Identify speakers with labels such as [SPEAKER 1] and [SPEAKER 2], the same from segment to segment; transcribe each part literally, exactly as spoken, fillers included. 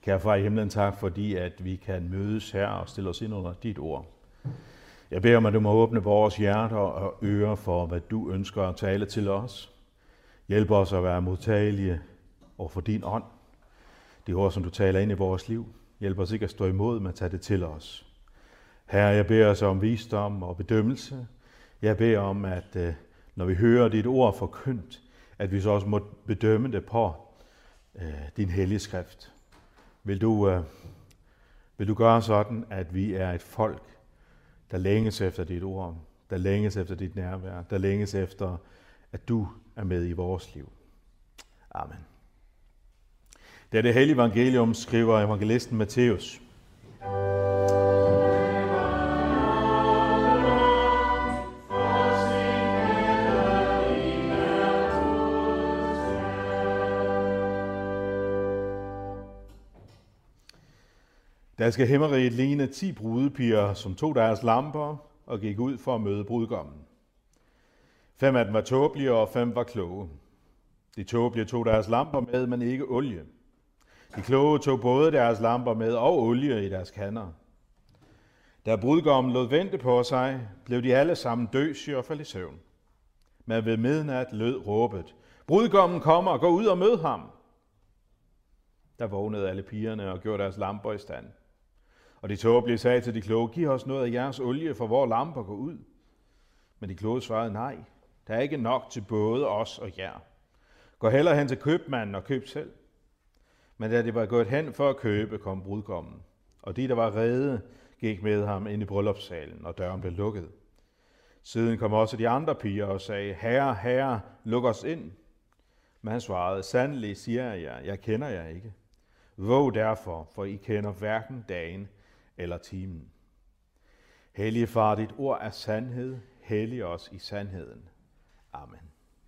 [SPEAKER 1] Kære far i himlen, tak fordi at vi kan mødes her og stille os ind under dit ord. Jeg beder om, at du må åbne vores hjerter og ører for, hvad du ønsker at tale til os. Hjælp os at være modtagelige over for din ånd. De ord, som du taler ind i vores liv. Hjælp os ikke at stå imod, men tage det til os. Herre, jeg beder os om visdom og bedømmelse. Jeg beder om, at når vi hører dit ord forkyndt, at vi så også må bedømme det på øh, din hellige skrift. Vil du, øh, vil du gøre sådan, at vi er et folk, der længes efter dit ord, der længes efter dit nærvær, der længes efter, at du er med i vores liv. Amen. Det er det hellige evangelium, skriver evangelisten Matthæus. Der skal himmeriget ligne ti brudepiger, som tog deres lamper og gik ud for at møde brudgommen. Fem af dem var tåbelige, og fem var kloge. De tåbelige tog deres lamper med, men ikke olie. De kloge tog både deres lamper med og olie i deres kander. Da brudgommen lod vente på sig, blev de alle sammen døsige og faldt i søvn. Men ved midnat lød råbet: "Brudgommen kommer, gå ud og mød ham!" Der vågnede alle pigerne og gjorde deres lamper i stand. Og de tåbelige sagde til de kloge: "Giv os noget af jeres olie, for vores lamper går ud." Men de kloge svarede: "Nej, der er ikke nok til både os og jer. Gå hellere hen til købmanden og køb selv." Men da de var gået hen for at købe, kom brudgommen. Og de, der var rede, gik med ham ind i bryllupssalen, og døren blev lukket. Siden kom også de andre piger og sagde: "Herre, herre, luk os ind." Men han svarede: "Sandelig siger jeg jer, jeg kender jer ikke. Våg derfor, for I kender hverken dagen eller timen." Hellige far, dit ord er sandhed. Hellig os i sandheden. Amen.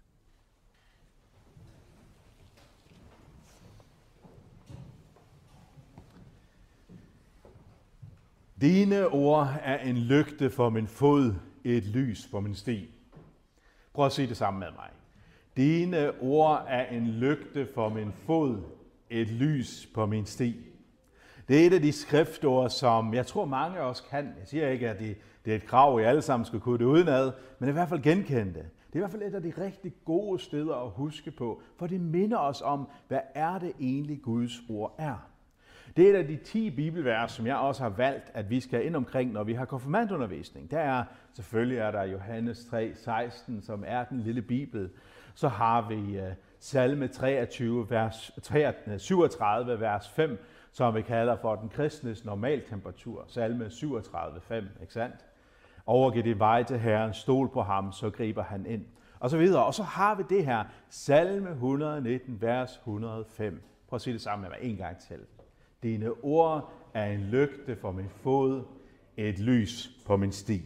[SPEAKER 1] Dine ord er en lygte for min fod, et lys for min sti. Prøv at sige det sammen med mig. Dine ord er en lygte for min fod, et lys på min sti. Det er et af de skriftord, som jeg tror mange af os kan. Jeg siger ikke, at det, det er et krav, I alle sammen skal kunne det udenad, men i hvert fald genkende det. Det er i hvert fald et af de rigtig gode steder at huske på, for det minder os om, hvad er det egentlig Guds ord er. Det er et af de ti bibelvers, som jeg også har valgt, at vi skal ind omkring, når vi har konfirmandundervisning. Der er, selvfølgelig er der Johannes tre seksten, som er den lille bibel. Så har vi uh, salme treogtyve, vers, syvogtredive, vers fem, som vi kalder for den kristnes normaltemperatur. Salme syvogtredive, fem, ikke sandt? Overgiv din vej til Herren, stol på ham, så griber han ind. Og så videre. Og så har vi det her, salme et hundrede og nitten, vers et hundrede og fem. Prøv at sige det sammen med mig en gang til. Dine ord er en lygte for min fod, et lys på min sti.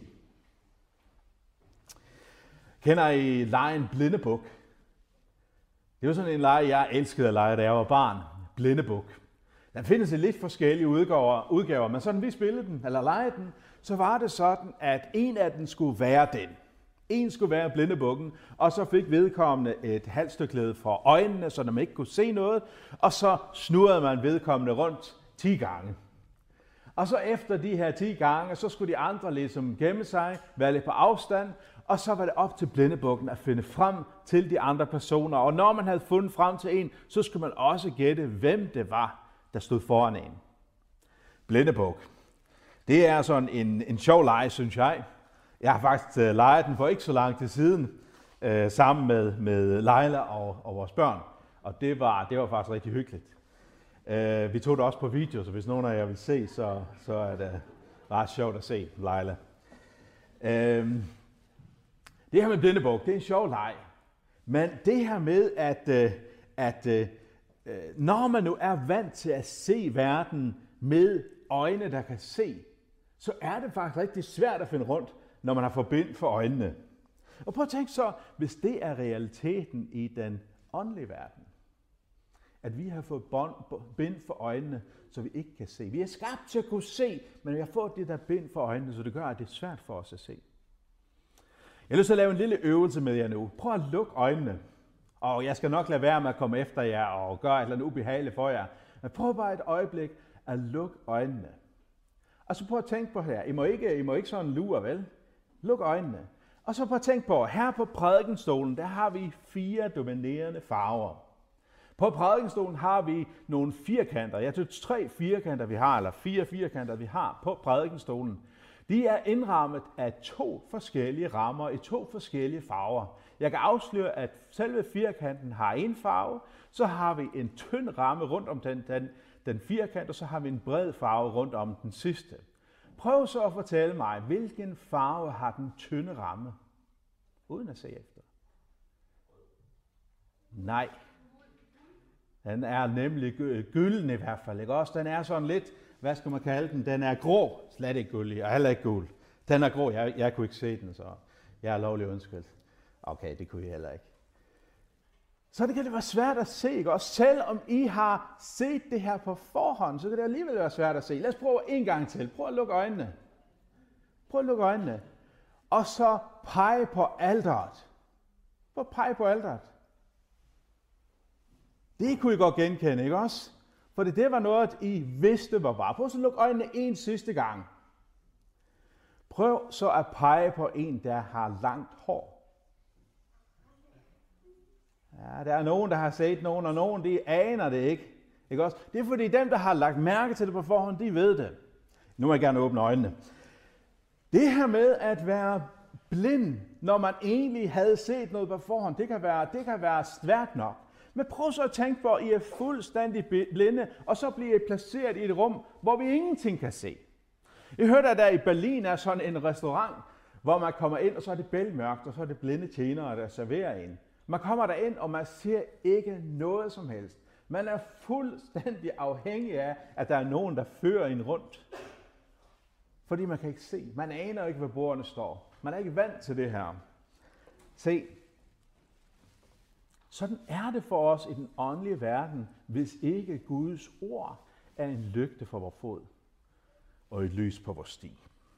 [SPEAKER 1] Kender I legen Blindebuk? Det var sådan en leg, jeg elskede at lege, da jeg var barn. Blindebuk. Der findes i lidt forskellige udgaver, udgaver, men sådan vi spillede den, eller legede den, så var det sådan, at en af dem skulle være den. En skulle være Blindebukken, og så fik vedkommende et halstørklæde for øjnene, så man ikke kunne se noget, og så snurrede man vedkommende rundt ti gange. Og så efter de her ti gange, så skulle de andre ligesom gemme sig, være lidt på afstand, og så var det op til Blindebukken at finde frem til de andre personer. Og når man havde fundet frem til en, så skulle man også gætte, hvem det var, der stod foran en. Blindebuk. Det er sådan en, en sjov leg, synes jeg. Jeg har faktisk uh, leget den for ikke så lang tid siden, uh, sammen med, med Leila og, og vores børn. Og det var, det var faktisk rigtig hyggeligt. Uh, vi tog det også på video, så hvis nogen af jer vil se, så, så er det ret sjovt at se Leila. Uh, det her med Blindebuk, det er en sjov leg. Men det her med, at, uh, at uh, når man nu er vant til at se verden med øjne, der kan se, så er det faktisk rigtig svært at finde rundt, når man har fået bind for øjnene. Og prøv at tænke så, hvis det er realiteten i den åndelige verden, at vi har fået bind for øjnene, så vi ikke kan se. Vi er skabt til at kunne se, men vi har fået det der bind for øjnene, så det gør, at det er svært for os at se. Jeg har lyst til at lave en lille øvelse med jer nu. Prøv at lukke øjnene, og jeg skal nok lade være med at komme efter jer og gøre et eller andet ubehageligt for jer. Men prøv bare et øjeblik at lukke øjnene. Og så prøv at tænke på her. I må ikke, I må ikke sådan lure, vel? Luk øjnene. Og så prøv at tænke på, her på prædikenstolen, der har vi fire dominerende farver. På prædikenstolen har vi nogle firkanter. Jeg tror tre firkanter, vi har, eller fire firkanter, vi har på prædikenstolen. De er indrammet af to forskellige rammer i to forskellige farver. Jeg kan afsløre, at selve firkanten har en farve, så har vi en tynd ramme rundt om den, den, den firkant, og så har vi en bred farve rundt om den sidste. Prøv så at fortælle mig, hvilken farve har den tynde ramme? Uden at se efter. Nej. Den er nemlig gylden i hvert fald, ikke også? Den er sådan lidt, hvad skal man kalde den? Den er grå, slet ikke guld, og heller ikke guld. Den er grå, jeg, jeg kunne ikke se den, så jeg er lovlig undskyldt. Okay, det kunne I heller ikke. Så det kan det være svært at se, ikke også? Selvom I har set det her på forhånd, så kan det alligevel være svært at se. Lad os prøve en gang til. Prøv at lukke øjnene. Prøv at lukke øjnene. Og så pege på alteret. Prøv at pege på alteret. Det kunne I godt genkende, ikke også? For det var noget, I vidste, hvor var. Prøv så at lukke øjnene en sidste gang. Prøv så at pege på en, der har langt hår. Ja, der er nogen, der har set nogen, og nogen, de aner det ikke. Ikke også? Det er fordi dem, der har lagt mærke til det på forhånd, de ved det. Nu må jeg gerne åbne øjnene. Det her med at være blind, når man egentlig havde set noget på forhånd, det kan være, det kan være svært nok. Men prøv så at tænke på, at I er fuldstændig blinde, og så bliver I placeret i et rum, hvor vi ingenting kan se. I hørte, at der i Berlin er sådan en restaurant, hvor man kommer ind, og så er det bælmørkt, og så er det blinde tjenere, der serverer en. Man kommer derind, og man ser ikke noget som helst. Man er fuldstændig afhængig af, at der er nogen, der fører en rundt. Fordi man kan ikke se. Man aner ikke, hvor bordene står. Man er ikke vant til det her. Se. Sådan er det for os i den åndelige verden, hvis ikke Guds ord er en lygte for vores fod og et lys på vores sti.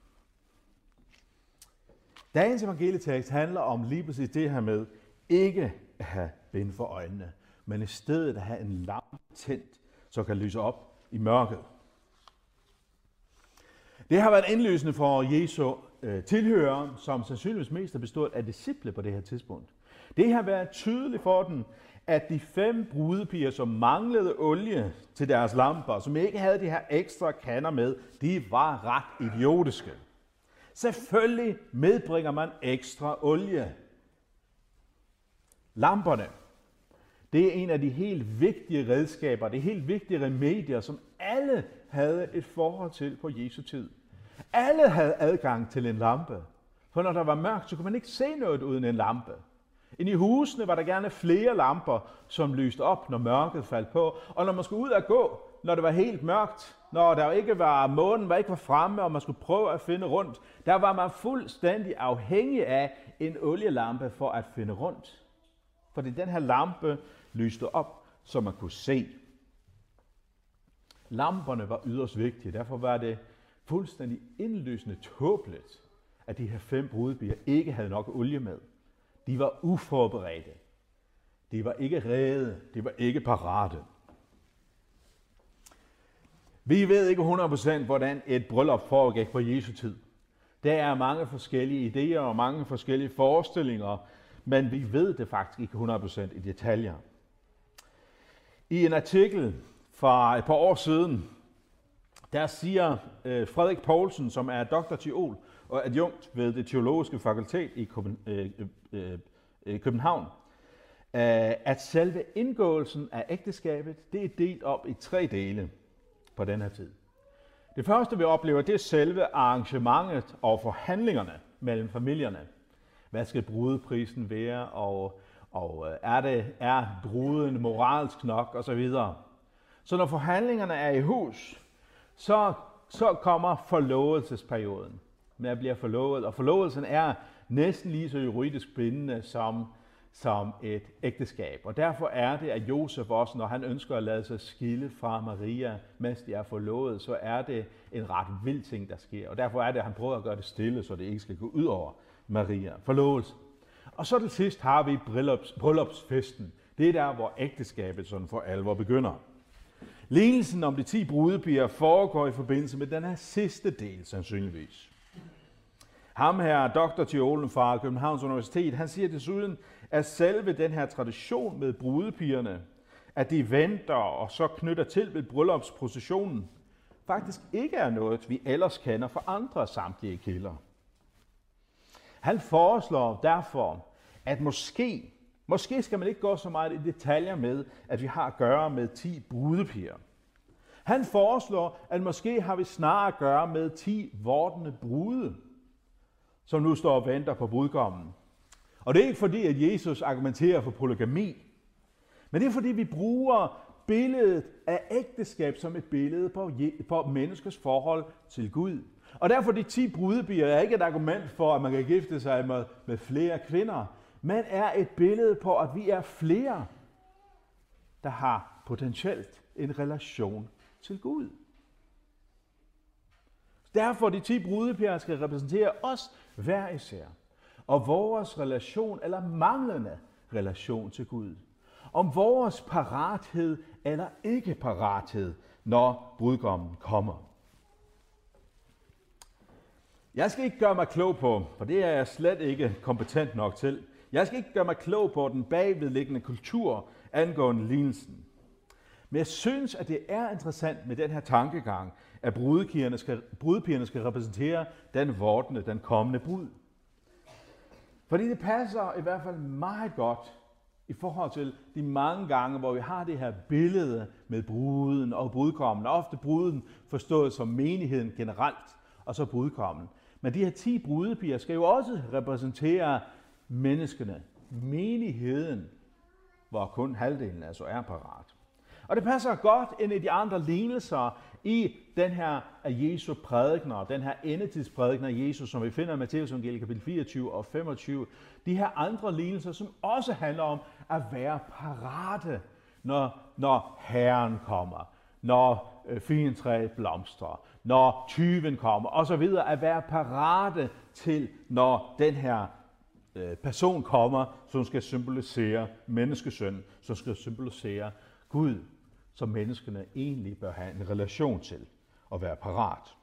[SPEAKER 1] Dagens evangelietekst handler om lige præcis det her med ikke at have bind for øjnene, men i stedet at have en lampe tændt, så kan lyse op i mørket. Det har været indlysende for Jesu øh, tilhørere, som sandsynligvis mest har bestået af disciple på det her tidspunkt. Det har været tydeligt for dem, at de fem brudepiger, som manglede olie til deres lamper, som ikke havde de her ekstra kander med, de var ret idiotiske. Selvfølgelig medbringer man ekstra olie. Lamperne, det er en af de helt vigtige redskaber, det er helt vigtige remedier, som alle havde et forhold til på Jesu tid. Alle havde adgang til en lampe, for når der var mørkt, så kunne man ikke se noget uden en lampe. Inde i husene var der gerne flere lamper, som lyste op, når mørket faldt på. Og når man skulle ud og gå, når det var helt mørkt, når der ikke var, månen var ikke var fremme, og man skulle prøve at finde rundt, der var man fuldstændig afhængig af en olielampe for at finde rundt. Fordi den her lampe lyste op, så man kunne se. Lamperne var yderst vigtige, derfor var det fuldstændig indlysende tåbeligt, at de her fem brudepiger ikke havde nok olie med. De var uforberedte. De var ikke rede. De var ikke parate. Vi ved ikke hundrede procent, hvordan et bryllup foregik på Jesu tid. Der er mange forskellige idéer og mange forskellige forestillinger, men vi ved det faktisk ikke hundrede procent i detaljer. I en artikel fra et par år siden, der siger øh, Frederik Poulsen, som er doktorteol og adjunkt ved det teologiske fakultet i København, at selve indgåelsen af ægteskabet, det er delt op i tre dele på den her tid. Det første, vi oplever, det er selve arrangementet og forhandlingerne mellem familierne. Hvad skal brudeprisen være, og, og er, det, er bruden moralsk nok, osv. Så når forhandlingerne er i hus, så, så kommer forlovelsesperioden. Med at blive forlovet, og forlovelsen er næsten lige så juridisk bindende som, som et ægteskab. Og derfor er det, at Josef også, når han ønsker at lade sig skille fra Maria, mens de er forlovet, så er det en ret vild ting, der sker. Og derfor er det, at han prøver at gøre det stille, så det ikke skal gå ud over Maria. Forlovelse. Og så til sidst har vi bryllups, bryllupsfesten. Det er der, hvor ægteskabet sådan for alvor begynder. Lignelsen om de ti brudepiger foregår i forbindelse med den her sidste del, sandsynligvis. Ham her, doktorteologen fra Københavns Universitet, han siger desuden, at selve den her tradition med brudepigerne, at de venter og så knytter til ved bryllupsprocessionen, faktisk ikke er noget, vi ellers kender fra andre samtlige kilder. Han foreslår derfor, at måske, måske skal man ikke gå så meget i detaljer med, at vi har at gøre med ti brudepiger. Han foreslår, at måske har vi snarere at gøre med ti vordende brude, som nu står og venter på brudgommen. Og det er ikke fordi, at Jesus argumenterer for polygami, men det er fordi, vi bruger billedet af ægteskab som et billede på, på menneskers forhold til Gud. Og derfor de ti brudepiger er ikke et argument for, at man kan gifte sig med, med flere kvinder, men er et billede på, at vi er flere, der har potentielt en relation til Gud. Derfor de ti brudepiger skal repræsentere os hver især, og vores relation eller manglende relation til Gud. Om vores parathed eller ikke parathed, når brudgommen kommer. Jeg skal ikke gøre mig klog på, for det er jeg slet ikke kompetent nok til. Jeg skal ikke gøre mig klog på den bagvedliggende kultur angående lignelsen. Men jeg synes, at det er interessant med den her tankegang, at brudepigerne skal, brudepigerne skal repræsentere den vordende, den kommende brud. Fordi det passer i hvert fald meget godt i forhold til de mange gange, hvor vi har det her billede med bruden og brudgommen. Ofte bruden forstået som menigheden generelt, og så brudgommen. Men de her ti brudepiger skal jo også repræsentere menneskene, menigheden, hvor kun halvdelen altså er parat. Og det passer godt ind i de andre lignelser i den her af Jesu prædikener, den her endetidsprædikener af Jesus, som vi finder i Matteus evangeliet kapitel fireogtyve og femogtyve. De her andre lignelser, som også handler om at være parate, når, når Herren kommer, når øh, figentræet blomstrer, når tyven kommer, og så videre. At være parate til, når den her øh, person kommer, som skal symbolisere menneskesønnen, som skal symbolisere Gud, som menneskene egentlig bør have en relation til og være parat.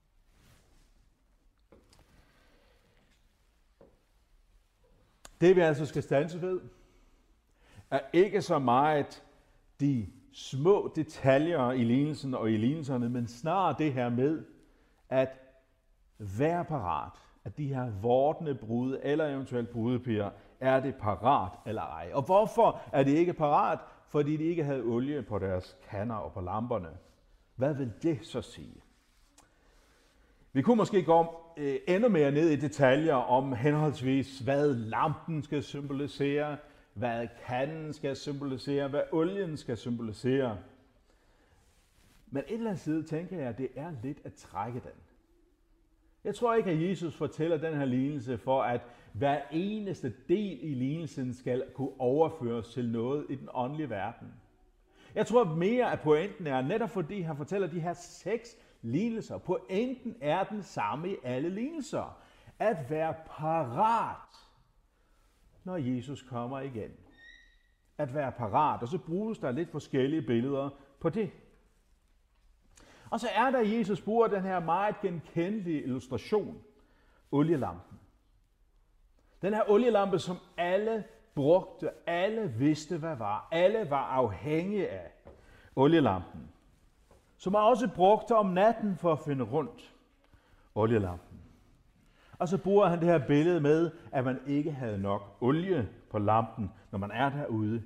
[SPEAKER 1] Det vi altså skal standse ved, er ikke så meget de små detaljer i lignelsen og i lignelserne, men snarere det her med at være parat, at de her vordende brude eller eventuelt brudepiger, er det parat eller ej. Og hvorfor er det ikke parat? Fordi de ikke havde olie på deres kander og på lamperne. Hvad vil det så sige? Vi kunne måske gå øh, endnu mere ned i detaljer om henholdsvis, hvad lampen skal symbolisere, hvad kanden skal symbolisere, hvad olien skal symbolisere. Men et eller andet side tænker jeg, at det er lidt at trække den. Jeg tror ikke, at Jesus fortæller den her lignelse for, at hver eneste del i lignelsen skal kunne overføres til noget i den åndelige verden. Jeg tror mere, at pointen er, netop fordi han fortæller de her seks lignelser, pointen er den samme i alle lignelser. At være parat, når Jesus kommer igen. At være parat, og så bruges der lidt forskellige billeder på det. Og så er der, Jesus bruger den her meget genkendelige illustration, olielampen. Den her olielampe, som alle brugte, alle vidste, hvad var. Alle var afhængige af olielampen. Som man også brugte om natten for at finde rundt olielampen. Og så bruger han det her billede med, at man ikke havde nok olie på lampen, når man er derude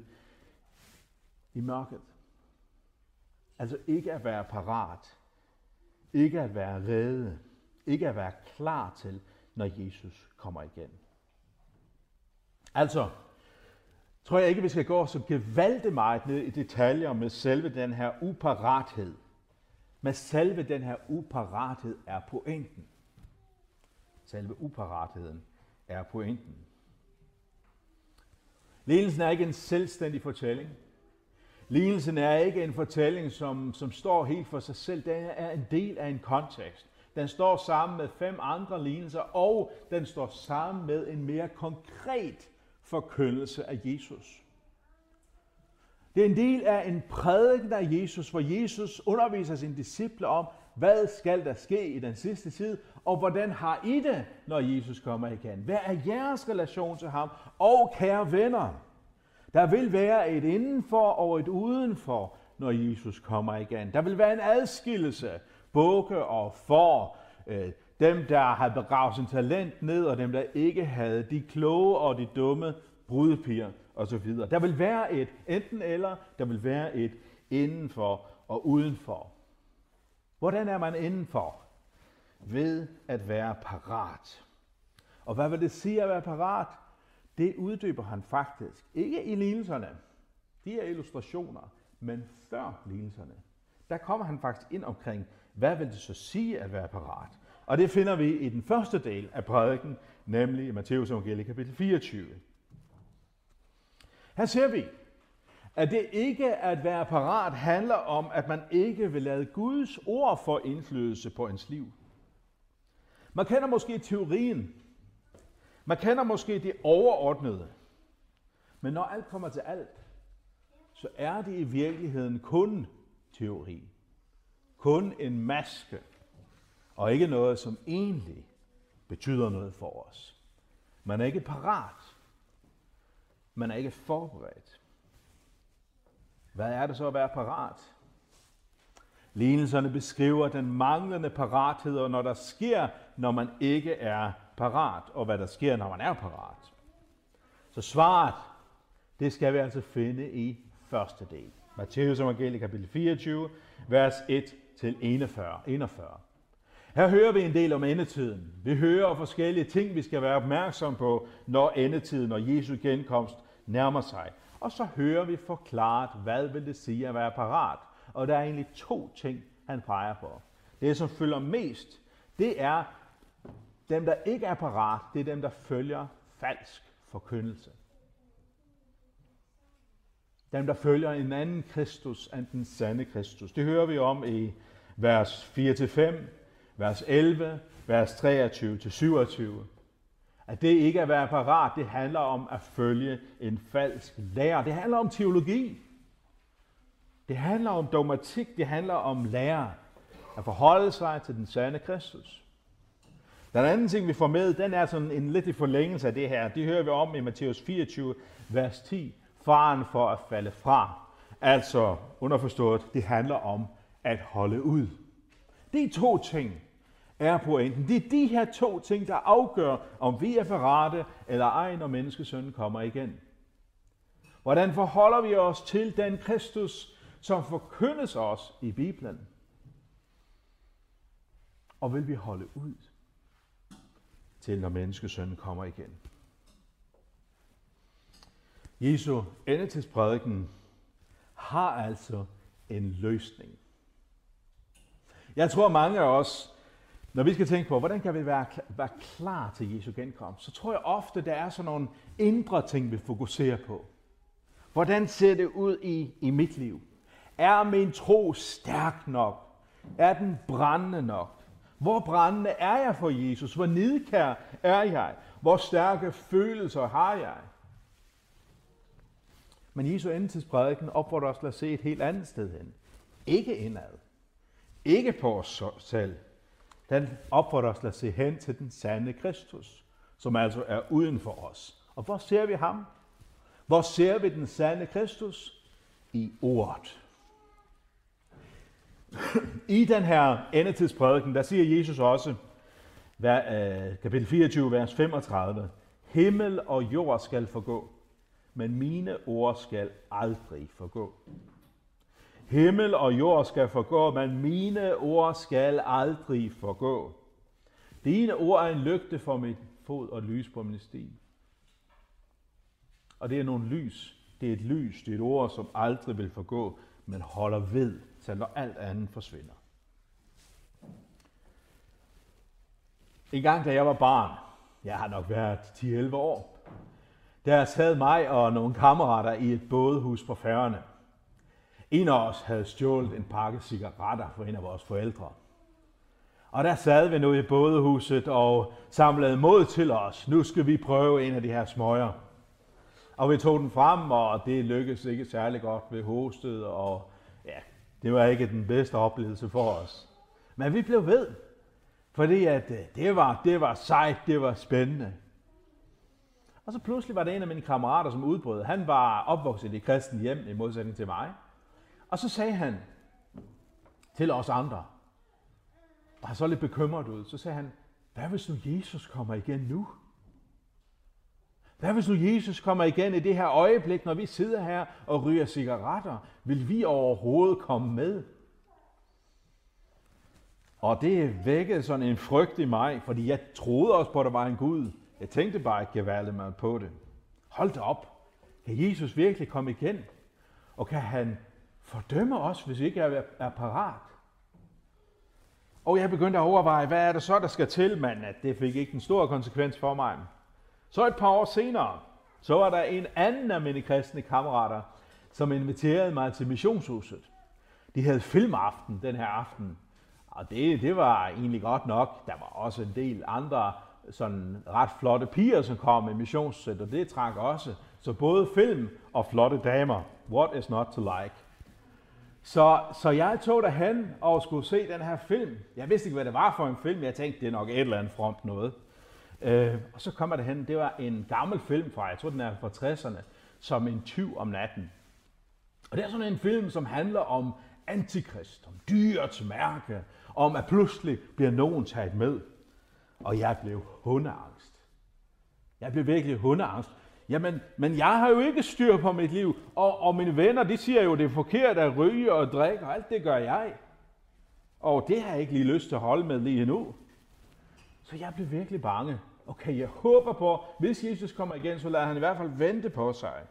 [SPEAKER 1] i mørket. Altså ikke at være parat, ikke at være rede, ikke at være klar til, når Jesus kommer igen. Altså, tror jeg ikke, vi skal gå så gevaldigt meget ned i detaljer med selve den her uparathed. Men selve den her uparathed er pointen. Selve uparatheden er pointen. Lignelsen er ikke en selvstændig fortælling. Lignelsen er ikke en fortælling, som, som står helt for sig selv. Den er en del af en kontekst. Den står sammen med fem andre lignelser, og den står sammen med en mere konkret forkyndelse af Jesus. Det er en del af en prædiken af Jesus, hvor Jesus underviser sine disciple om, hvad skal der ske i den sidste tid, og hvordan har I det, når Jesus kommer igen? Hvad er jeres relation til ham? Og kære venner, der vil være et indenfor og et udenfor, når Jesus kommer igen. Der vil være en adskillelse, bukke og får, dem der har begravet sin talent ned, og dem der ikke havde, de kloge og de dumme brudepiger osv. Der vil være et enten eller, der vil være et indenfor og udenfor. Hvordan er man indenfor? Ved at være parat. Og hvad vil det sige at være parat? Det uddyber han faktisk. Ikke i lignelserne. De er illustrationer. Men før lignelserne, der kommer han faktisk ind omkring, hvad vil det så sige at være parat? Og det finder vi i den første del af prædiken, nemlig i Matteus evangeliet kapitel fireogtyve. Her ser vi, at det ikke at være parat handler om, at man ikke vil lade Guds ord få indflydelse på ens liv. Man kender måske teorien. Man kender måske det overordnede. Men når alt kommer til alt, så er det i virkeligheden kun teori. Kun en maske. Og ikke noget, som egentlig betyder noget for os. Man er ikke parat. Man er ikke forberedt. Hvad er det så at være parat? Lignelserne beskriver den manglende parathed, og når der sker, når man ikke er parat, og hvad der sker, når man er parat. Så svaret, det skal vi altså finde i første del. Matteus evangeliet kapitel fireogtyve, vers et til enogfyrre. Her hører vi en del om endetiden. Vi hører forskellige ting, vi skal være opmærksom på, når endetiden og Jesu genkomst nærmer sig. Og så hører vi forklaret, hvad vil det sige at være parat. Og der er egentlig to ting, han peger på. Det, som følger mest, det er dem, der ikke er parat. Det er dem, der følger falsk forkyndelse. Dem, der følger en anden Kristus end den sande Kristus. Det hører vi om i vers fire til fem, vers elleve, vers treogtyve til syvogtyve. At det ikke at være parat, det handler om at følge en falsk lære. Det handler om teologi. Det handler om dogmatik. Det handler om lære. At forholde sig til den sande Kristus. Den anden ting, vi får med, den er sådan en lidt i forlængelse af det her. Det hører vi om i Matteus fireogtyve, vers ti. Faren for at falde fra. Altså underforstået, det handler om at holde ud. De to ting er pointen. Det er de her to ting, der afgør, om vi er parate eller ej, når menneskesønnen kommer igen. Hvordan forholder vi os til den Kristus, som forkyndes os i Bibelen? Og vil vi holde ud til, når menneskesønnen kommer igen? Jesu endetidsprædiken har altså en løsning. Jeg tror mange af os, når vi skal tænke på, hvordan kan vi være, være klar til Jesu genkomst, så tror jeg ofte, der er sådan nogle indre ting, vi fokuserer på. Hvordan ser det ud i, i mit liv? Er min tro stærk nok? Er den brændende nok? Hvor brændende er jeg for Jesus? Hvor nidkær er jeg? Hvor stærke følelser har jeg? Men Jesu endetidsprædiken opfordrer os til at se et helt andet sted hen. Ikke indad. Ikke på os selv. Den opfordrer os til at se hen til den sande Kristus, som altså er uden for os. Og hvor ser vi ham? Hvor ser vi den sande Kristus? I ordet. I den her endetidsprædiken, der siger Jesus også, kapitel fireogtyve, vers femogtredive, himmel og jord skal forgå, men mine ord skal aldrig forgå. Himmel og jord skal forgå, men mine ord skal aldrig forgå. Dine ord er en lygte for mit fod og et lys på min sti. Og det er nogle lys. Det er et lys, det er et ord, som aldrig vil forgå, men holder ved, selv når alt andet forsvinder. En gang, da jeg var barn, jeg har nok været ti til elleve år, der sad mig og nogle kammerater i et bådehus på Færøerne. En af os havde stjålet en pakke cigaretter for en af vores forældre. Og der sad vi nu i bådehuset og samlede mod til os. Nu skal vi prøve en af de her smøger. Og vi tog den frem, og det lykkedes ikke særlig godt ved hostet, og ja, det var ikke den bedste oplevelse for os. Men vi blev ved, fordi at det var, det var sejt, det var spændende. Og så pludselig var det en af mine kammerater, som udbrød. Han var opvokset i kristen hjem, i modsætning til mig. Og så sagde han til os andre, og han så lidt bekymret ud, så sagde han, hvad hvis nu Jesus kommer igen nu? Hvad hvis nu Jesus kommer igen i det her øjeblik, når vi sidder her og ryger cigaretter? Vil vi overhovedet komme med? Og det vækkede sådan en frygt i mig, fordi jeg troede også på, at der var en Gud. Jeg tænkte bare ikke gevaldigt mig på det. Hold da op. Kan Jesus virkelig komme igen? Og kan han fordømme os, hvis vi ikke er, er parat? Og jeg begyndte at overveje, hvad er det så, der skal til, men at det fik ikke en stor konsekvens for mig. Så et par år senere, så var der en anden af mine kristne kammerater, som inviterede mig til missionshuset. De havde filmaften den her aften, og det, det var egentlig godt nok. Der var også en del andre sådan ret flotte piger, som kom i missionshuset, og det trak også. Så både film og flotte damer. What is not to like? Så, så jeg tog derhen og skulle se den her film. Jeg vidste ikke, hvad det var for en film. Jeg tænkte, det er nok et eller andet fromt noget. Øh, og så kommer det hen. Det var en gammel film fra, jeg tror den er fra tresserne, som En tyv om natten. Og det er sådan en film, som handler om antikrist, om dyrets mærke, om at pludselig bliver nogen taget med. Og jeg blev hundeangst. Jeg blev virkelig hundeangst. Jamen, men jeg har jo ikke styr på mit liv, og, og mine venner, de siger jo, det er forkert at ryge og drikke, og alt det gør jeg. Og det har jeg ikke lige lyst til at holde med lige nu. Så jeg blev virkelig bange. Okay, jeg håber på, hvis Jesus kommer igen, så lader han i hvert fald vente på sig.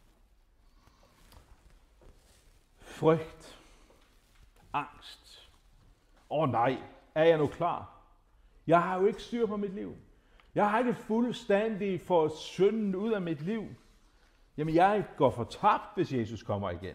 [SPEAKER 1] Frygt. Angst. Åh oh, nej, er jeg nu klar? Jeg har jo ikke styr på mit liv. Jeg har ikke fuldstændig fået synden ud af mit liv. Jamen, jeg går fortabt, hvis Jesus kommer igen.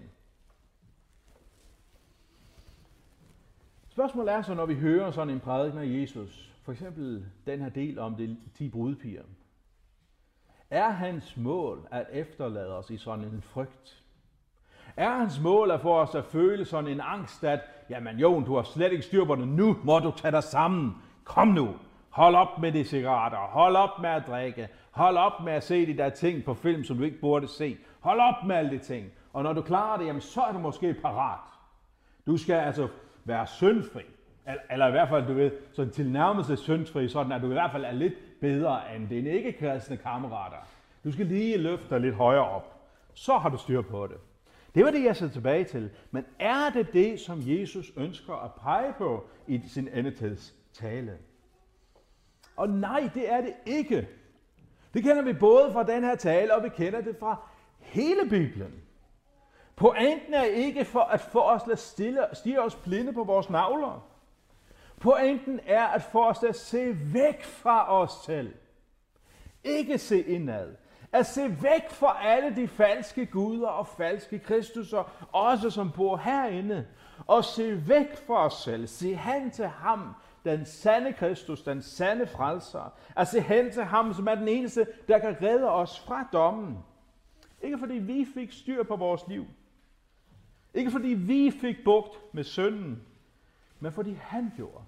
[SPEAKER 1] Spørgsmålet er så, når vi hører sådan en prædiken af Jesus, for eksempel den her del om de ti brudpiger. Er hans mål at efterlade os i sådan en frygt? Er hans mål at få os at føle sådan en angst, at jamen Jon, du har slet ikke styr på det, nu må du tage dig sammen. Kom nu, hold op med de cigaretter, hold op med at drikke, hold op med at se de der ting på film, som du ikke burde se. Hold op med alle de ting. Og når du klarer det, jamen, så er du måske parat. Du skal altså være syndfri. Eller i hvert fald, du ved, sådan tilnærmelse syndfri, sådan at du i hvert fald er lidt bedre end dine ikke-kristne kammerater. Du skal lige løfte dig lidt højere op. Så har du styr på det. Det var det, jeg sidder tilbage til. Men er det det, som Jesus ønsker at pege på i sin endetidstale? Og nej, det er det ikke. Det kender vi både fra den her tale, og vi kender det fra hele Bibelen. Pointen er ikke for at få os at stille, stirre os blinde på vores navler. Pointen er at få os at se væk fra os selv. Ikke se indad. At se væk fra alle de falske guder og falske kristusser, også som bor herinde. Og se væk fra os selv. Se hen til ham, den sande Kristus, den sande frelser. At se hen til ham, som er den eneste, der kan redde os fra dommen. Ikke fordi vi fik styr på vores liv. Ikke fordi vi fik bugt med synden, men fordi han gjorde.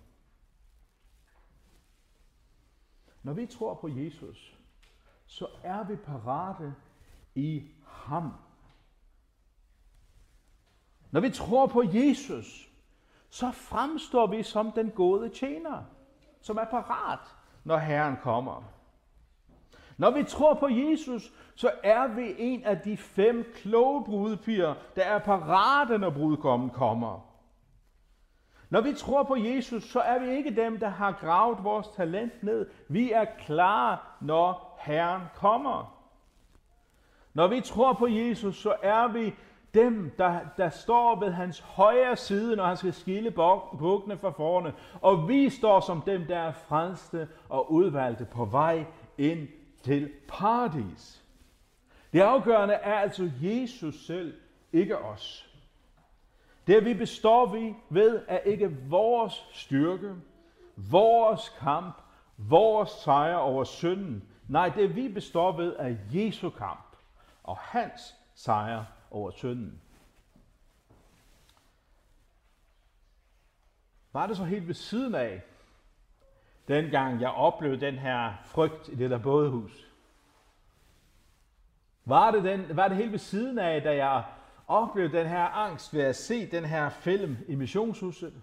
[SPEAKER 1] Når vi tror på Jesus, så er vi parate i ham. Når vi tror på Jesus, så fremstår vi som den gode tjener, som er parat, når Herren kommer. Når vi tror på Jesus, så er vi en af de fem kloge brudepiger, der er parate, når brudgommen kommer. Når vi tror på Jesus, så er vi ikke dem, der har gravet vores talent ned. Vi er klar, når Herren kommer. Når vi tror på Jesus, så er vi dem, der, der står ved hans højre side, når han skal skille bukkene fra forne. Og vi står som dem, der er frelste og udvalgte på vej ind til paradis. Det afgørende er altså Jesus selv, ikke os. Det vi består vi ved er ikke vores styrke, vores kamp, vores sejr over synden. Nej, det vi består ved er Jesu kamp og hans sejr over synden. Var det så helt ved siden af, dengang jeg oplevede den her frygt i det der bådehus? Var det, den, var det helt ved siden af, da jeg oplevede den her angst ved at se den her film i missionshuset?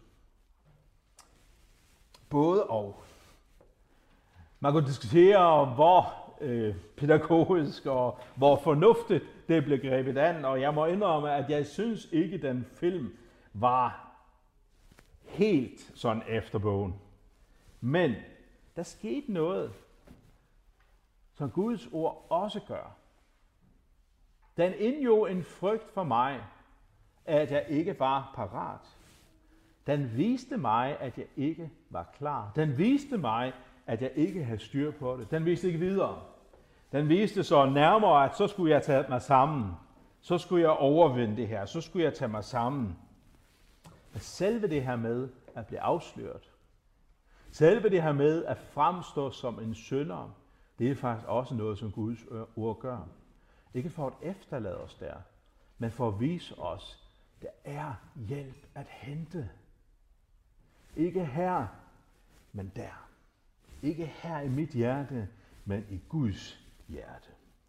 [SPEAKER 1] Både og. Man kunne diskutere, hvor øh, pædagogisk og hvor fornuftigt det blev grebet an, og jeg må indrømme, at jeg synes ikke, at den film var helt sådan efter bogen. Men der skete noget, som Guds ord også gør. Den indjog en frygt for mig, at jeg ikke var parat. Den viste mig, at jeg ikke var klar. Den viste mig, at jeg ikke havde styr på det. Den viste ikke videre. Den viste så nærmere, at så skulle jeg tage mig sammen. Så skulle jeg overvinde det her. Så skulle jeg tage mig sammen. Men selve det her med at blive afsløret, selve det her med at fremstå som en synder, det er faktisk også noget, som Guds ord gør. Ikke for at efterlade os der, men for at vise os, der er hjælp at hente. Ikke her, men der. Ikke her i mit hjerte, men i Guds hjerte.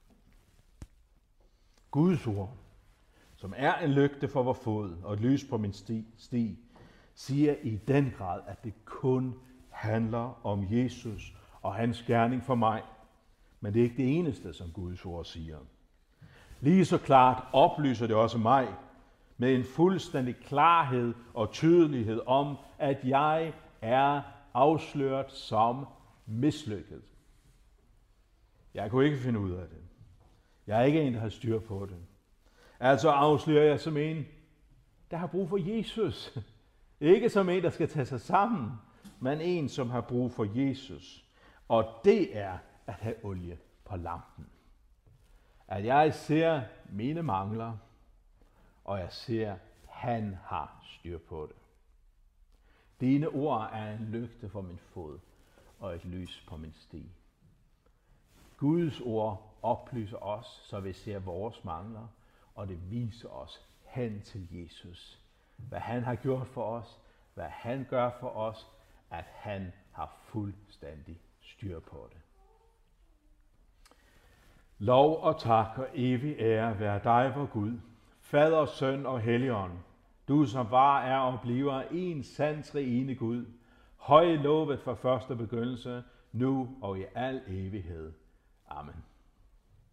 [SPEAKER 1] Guds ord, som er en lygte for vor fod og et lys på min sti, sti, siger i den grad, at det kun handler om Jesus og hans gerning for mig. Men det er ikke det eneste, som Guds ord siger. Lige så klart oplyser det også mig med en fuldstændig klarhed og tydelighed om, at jeg er afsløret som mislykket. Jeg kunne ikke finde ud af det. Jeg er ikke en, der har styr på det. Altså afslører jeg som en, der har brug for Jesus. Ikke som en, der skal tage sig sammen, men en, som har brug for Jesus. Og det er at have olie på lampen. At jeg ser mine mangler, og jeg ser, at han har styr på det. Dine ord er en lygte for min fod, og et lys på min sti. Guds ord oplyser os, så vi ser vores mangler, og det viser os hen til Jesus. Hvad han har gjort for os, hvad han gør for os, at han har fuldstændig styr på det. Lov og tak og evig ære være dig, vor Gud, Fader, Søn og Helligånd, du som var, er og bliver en sand treenig Gud, høj lovet fra første begyndelse, nu og i al evighed. Amen.